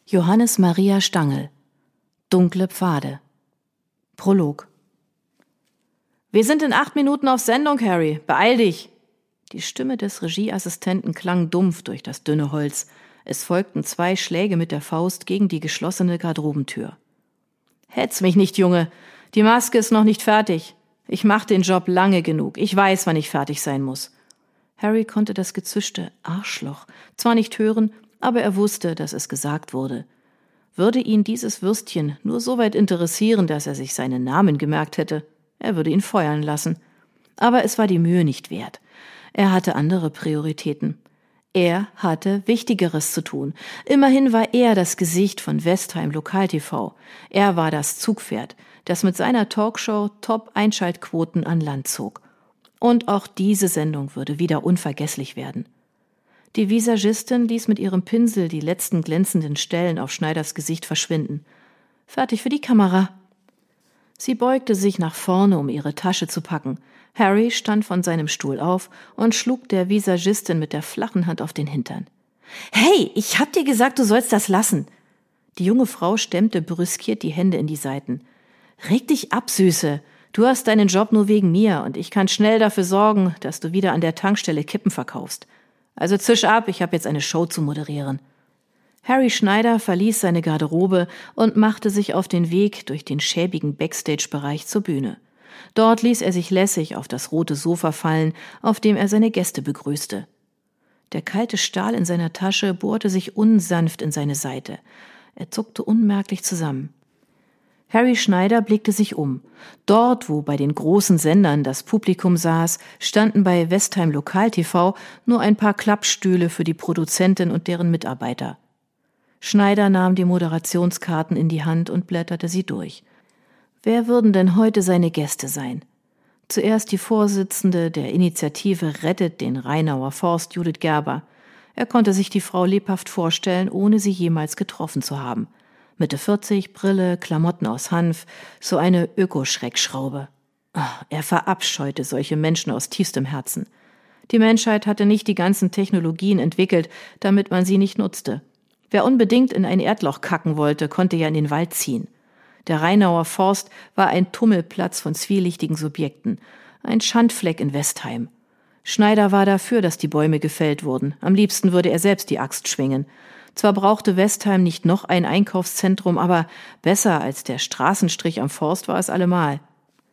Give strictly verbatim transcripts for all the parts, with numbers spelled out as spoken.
Johannes Maria Stangl. Dunkle Pfade. Prolog. »Wir sind in acht Minuten auf Sendung, Harry. Beeil dich!« Die Stimme des Regieassistenten klang dumpf durch das dünne Holz. Es folgten zwei Schläge mit der Faust gegen die geschlossene Garderobentür. »Hetz mich nicht, Junge. Die Maske ist noch nicht fertig. Ich mach den Job lange genug. Ich weiß, wann ich fertig sein muss.« Harry konnte das gezischte Arschloch zwar nicht hören, aber er wusste, dass es gesagt wurde. Würde ihn dieses Würstchen nur so weit interessieren, dass er sich seinen Namen gemerkt hätte, er würde ihn feuern lassen. Aber es war die Mühe nicht wert. Er hatte andere Prioritäten. Er hatte Wichtigeres zu tun. Immerhin war er das Gesicht von Westheim Lokal T V. Er war das Zugpferd, das mit seiner Talkshow Top-Einschaltquoten an Land zog. Und auch diese Sendung würde wieder unvergesslich werden. Die Visagistin ließ mit ihrem Pinsel die letzten glänzenden Stellen auf Schneiders Gesicht verschwinden. »Fertig für die Kamera.« Sie beugte sich nach vorne, um ihre Tasche zu packen. Harry stand von seinem Stuhl auf und schlug der Visagistin mit der flachen Hand auf den Hintern. »Hey, ich hab dir gesagt, du sollst das lassen!« Die junge Frau stemmte brüskiert die Hände in die Seiten. »Reg dich ab, Süße! Du hast deinen Job nur wegen mir und ich kann schnell dafür sorgen, dass du wieder an der Tankstelle Kippen verkaufst. Also zisch ab, ich habe jetzt eine Show zu moderieren.« Harry Schneider verließ seine Garderobe und machte sich auf den Weg durch den schäbigen Backstage-Bereich zur Bühne. Dort ließ er sich lässig auf das rote Sofa fallen, auf dem er seine Gäste begrüßte. Der kalte Stahl in seiner Tasche bohrte sich unsanft in seine Seite. Er zuckte unmerklich zusammen. Harry Schneider blickte sich um. Dort, wo bei den großen Sendern das Publikum saß, standen bei Westheim Lokal T V nur ein paar Klappstühle für die Produzentin und deren Mitarbeiter. Schneider nahm die Moderationskarten in die Hand und blätterte sie durch. Wer würden denn heute seine Gäste sein? Zuerst die Vorsitzende der Initiative Rettet den Rheinauer Forst, Judith Gerber. Er konnte sich die Frau lebhaft vorstellen, ohne sie jemals getroffen zu haben. Mitte vierzig, Brille, Klamotten aus Hanf, so eine Ökoschreckschraube. Er verabscheute solche Menschen aus tiefstem Herzen. Die Menschheit hatte nicht die ganzen Technologien entwickelt, damit man sie nicht nutzte. Wer unbedingt in ein Erdloch kacken wollte, konnte ja in den Wald ziehen. Der Rheinauer Forst war ein Tummelplatz von zwielichtigen Subjekten, ein Schandfleck in Westheim. Schneider war dafür, dass die Bäume gefällt wurden. Am liebsten würde er selbst die Axt schwingen. Zwar brauchte Westheim nicht noch ein Einkaufszentrum, aber besser als der Straßenstrich am Forst war es allemal.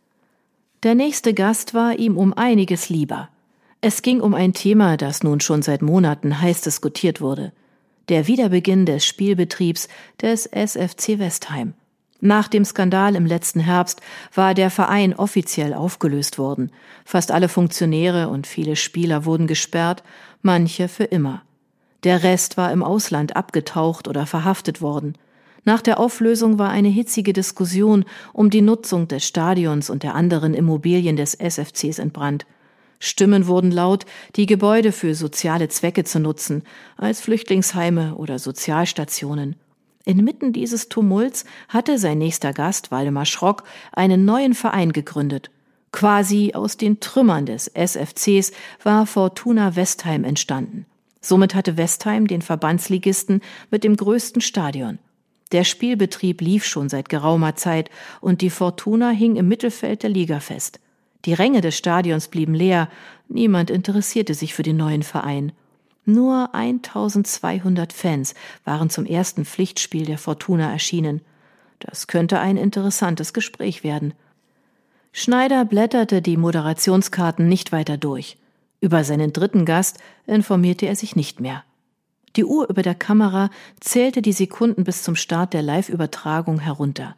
Der nächste Gast war ihm um einiges lieber. Es ging um ein Thema, das nun schon seit Monaten heiß diskutiert wurde. Der Wiederbeginn des Spielbetriebs des S F C Westheim. Nach dem Skandal im letzten Herbst war der Verein offiziell aufgelöst worden. Fast alle Funktionäre und viele Spieler wurden gesperrt, manche für immer. Der Rest war im Ausland abgetaucht oder verhaftet worden. Nach der Auflösung war eine hitzige Diskussion um die Nutzung des Stadions und der anderen Immobilien des S F Cs entbrannt. Stimmen wurden laut, die Gebäude für soziale Zwecke zu nutzen, als Flüchtlingsheime oder Sozialstationen. Inmitten dieses Tumults hatte sein nächster Gast, Waldemar Schrock, einen neuen Verein gegründet. Quasi aus den Trümmern des S F Cs war Fortuna Westheim entstanden. Somit hatte Westheim den Verbandsligisten mit dem größten Stadion. Der Spielbetrieb lief schon seit geraumer Zeit und die Fortuna hing im Mittelfeld der Liga fest. Die Ränge des Stadions blieben leer, niemand interessierte sich für den neuen Verein. Nur eintausendzweihundert Fans waren zum ersten Pflichtspiel der Fortuna erschienen. Das könnte ein interessantes Gespräch werden. Schneider blätterte die Moderationskarten nicht weiter durch. Über seinen dritten Gast informierte er sich nicht mehr. Die Uhr über der Kamera zählte die Sekunden bis zum Start der Live-Übertragung herunter.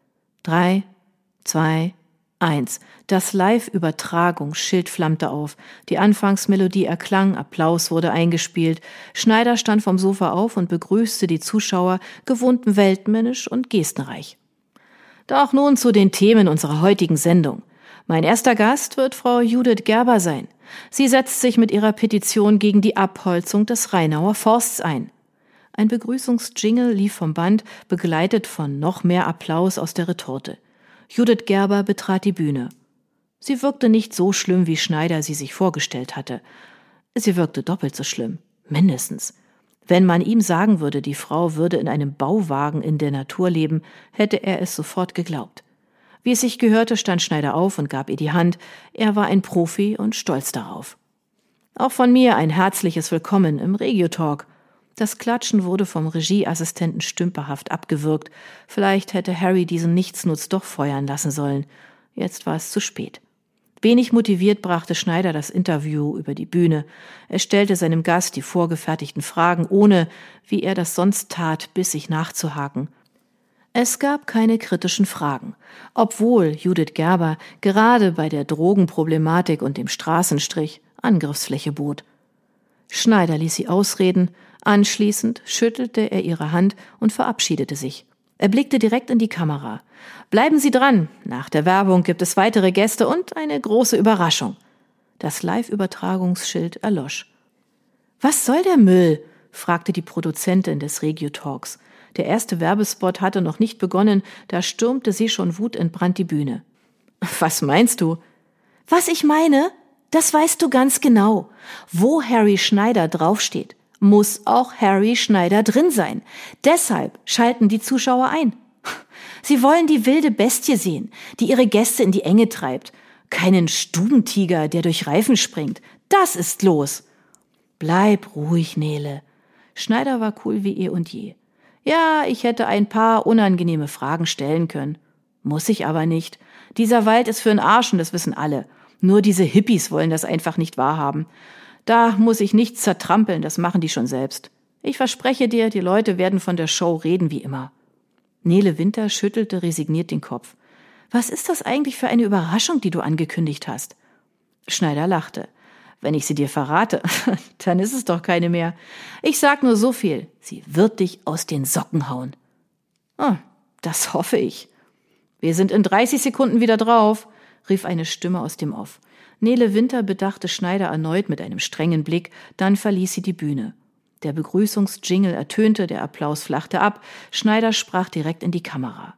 Drei, zwei, eins. Das Live-Übertragungsschild flammte auf. Die Anfangsmelodie erklang, Applaus wurde eingespielt. Schneider stand vom Sofa auf und begrüßte die Zuschauer, gewohnt weltmännisch und gestenreich. Doch nun zu den Themen unserer heutigen Sendung. Mein erster Gast wird Frau Judith Gerber sein. Sie setzt sich mit ihrer Petition gegen die Abholzung des Rheinauer Forsts ein. Ein Begrüßungsjingle lief vom Band, begleitet von noch mehr Applaus aus der Retorte. Judith Gerber betrat die Bühne. Sie wirkte nicht so schlimm, wie Schneider sie sich vorgestellt hatte. Sie wirkte doppelt so schlimm, mindestens. Wenn man ihm sagen würde, die Frau würde in einem Bauwagen in der Natur leben, hätte er es sofort geglaubt. Wie es sich gehörte, stand Schneider auf und gab ihr die Hand. Er war ein Profi und stolz darauf. Auch von mir ein herzliches Willkommen im Regio-Talk. Das Klatschen wurde vom Regieassistenten stümperhaft abgewürgt. Vielleicht hätte Harry diesen Nichtsnutz doch feuern lassen sollen. Jetzt war es zu spät. Wenig motiviert brachte Schneider das Interview über die Bühne. Er stellte seinem Gast die vorgefertigten Fragen, ohne, wie er das sonst tat, bissig nachzuhaken. Es gab keine kritischen Fragen, obwohl Judith Gerber gerade bei der Drogenproblematik und dem Straßenstrich Angriffsfläche bot. Schneider ließ sie ausreden, anschließend schüttelte er ihre Hand und verabschiedete sich. Er blickte direkt in die Kamera. »Bleiben Sie dran, nach der Werbung gibt es weitere Gäste und eine große Überraschung.« Das Live-Übertragungsschild erlosch. »Was soll der Müll?« fragte die Produzentin des Regio-Talks. Der erste Werbespot hatte noch nicht begonnen, da stürmte sie schon wutentbrannt die Bühne. »Was meinst du?« »Was ich meine? Das weißt du ganz genau. Wo Harry Schneider draufsteht, muss auch Harry Schneider drin sein. Deshalb schalten die Zuschauer ein. Sie wollen die wilde Bestie sehen, die ihre Gäste in die Enge treibt. Keinen Stubentiger, der durch Reifen springt. Das ist los.« »Bleib ruhig, Nele.« Schneider war cool wie eh und je. »Ja, ich hätte ein paar unangenehme Fragen stellen können. Muss ich aber nicht. Dieser Wald ist für 'n Arsch und das wissen alle. Nur diese Hippies wollen das einfach nicht wahrhaben. Da muss ich nichts zertrampeln, das machen die schon selbst. Ich verspreche dir, die Leute werden von der Show reden wie immer.« Nele Winter schüttelte resigniert den Kopf. »Was ist das eigentlich für eine Überraschung, die du angekündigt hast?« Schneider lachte. »Wenn ich sie dir verrate, dann ist es doch keine mehr. Ich sag nur so viel, sie wird dich aus den Socken hauen.« »Ah, das hoffe ich.« »Wir sind in dreißig Sekunden wieder drauf«, rief eine Stimme aus dem Off. Nele Winter bedachte Schneider erneut mit einem strengen Blick, dann verließ sie die Bühne. Der Begrüßungsjingle ertönte, der Applaus flachte ab, Schneider sprach direkt in die Kamera.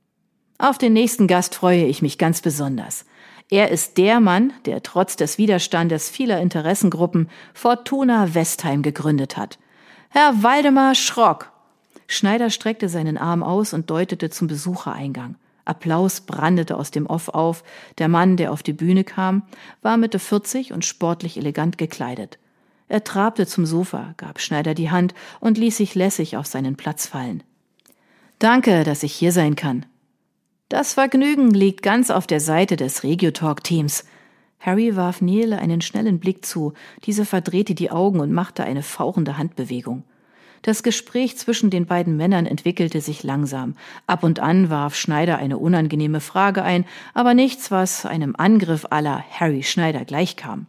»Auf den nächsten Gast freue ich mich ganz besonders. Er ist der Mann, der trotz des Widerstandes vieler Interessengruppen Fortuna Westheim gegründet hat. Herr Waldemar Schrock.« Schneider streckte seinen Arm aus und deutete zum Besuchereingang. Applaus brandete aus dem Off auf. Der Mann, der auf die Bühne kam, war Mitte vierzig und sportlich elegant gekleidet. Er trabte zum Sofa, gab Schneider die Hand und ließ sich lässig auf seinen Platz fallen. »Danke, dass ich hier sein kann.« »Das Vergnügen liegt ganz auf der Seite des Regio-Talk-Teams.« Harry warf Nele einen schnellen Blick zu. Diese verdrehte die Augen und machte eine fauchende Handbewegung. Das Gespräch zwischen den beiden Männern entwickelte sich langsam. Ab und an warf Schneider eine unangenehme Frage ein, aber nichts, was einem Angriff à la Harry Schneider gleichkam.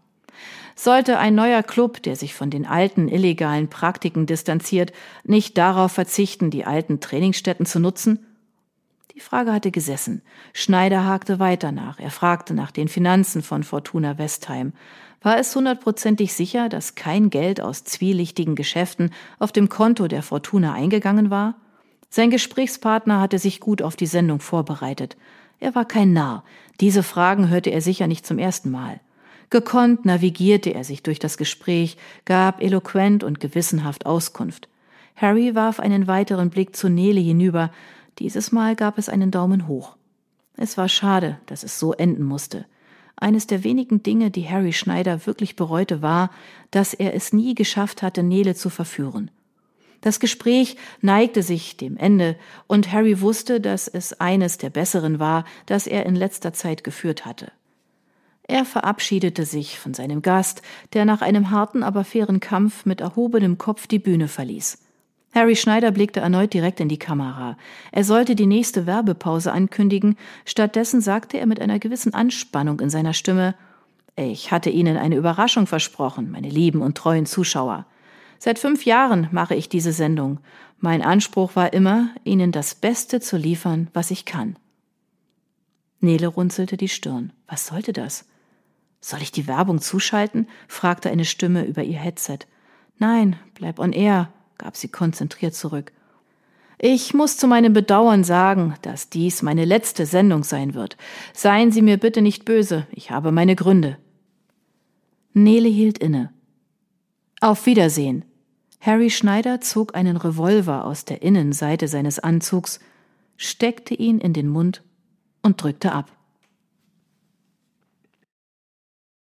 Sollte ein neuer Club, der sich von den alten illegalen Praktiken distanziert, nicht darauf verzichten, die alten Trainingsstätten zu nutzen? Die Frage hatte gesessen. Schneider hakte weiter nach. Er fragte nach den Finanzen von Fortuna Westheim. War es hundertprozentig sicher, dass kein Geld aus zwielichtigen Geschäften auf dem Konto der Fortuna eingegangen war? Sein Gesprächspartner hatte sich gut auf die Sendung vorbereitet. Er war kein Narr. Diese Fragen hörte er sicher nicht zum ersten Mal. Gekonnt navigierte er sich durch das Gespräch, gab eloquent und gewissenhaft Auskunft. Harry warf einen weiteren Blick zu Nele hinüber. Dieses Mal gab es einen Daumen hoch. Es war schade, dass es so enden musste. Eines der wenigen Dinge, die Harry Schneider wirklich bereute, war, dass er es nie geschafft hatte, Nele zu verführen. Das Gespräch neigte sich dem Ende und Harry wusste, dass es eines der besseren war, das er in letzter Zeit geführt hatte. Er verabschiedete sich von seinem Gast, der nach einem harten, aber fairen Kampf mit erhobenem Kopf die Bühne verließ. Harry Schneider blickte erneut direkt in die Kamera. Er sollte die nächste Werbepause ankündigen, stattdessen sagte er mit einer gewissen Anspannung in seiner Stimme: »Ich hatte Ihnen eine Überraschung versprochen, meine lieben und treuen Zuschauer. Seit fünf Jahren mache ich diese Sendung. Mein Anspruch war immer, Ihnen das Beste zu liefern, was ich kann.« Nele runzelte die Stirn. Was sollte das? »Soll ich die Werbung zuschalten?« fragte eine Stimme über ihr Headset. »Nein, bleib on air«, gab sie konzentriert zurück. »Ich muss zu meinem Bedauern sagen, dass dies meine letzte Sendung sein wird. Seien Sie mir bitte nicht böse, ich habe meine Gründe.« Nele hielt inne. »Auf Wiedersehen.« Harry Schneider zog einen Revolver aus der Innenseite seines Anzugs, steckte ihn in den Mund und drückte ab.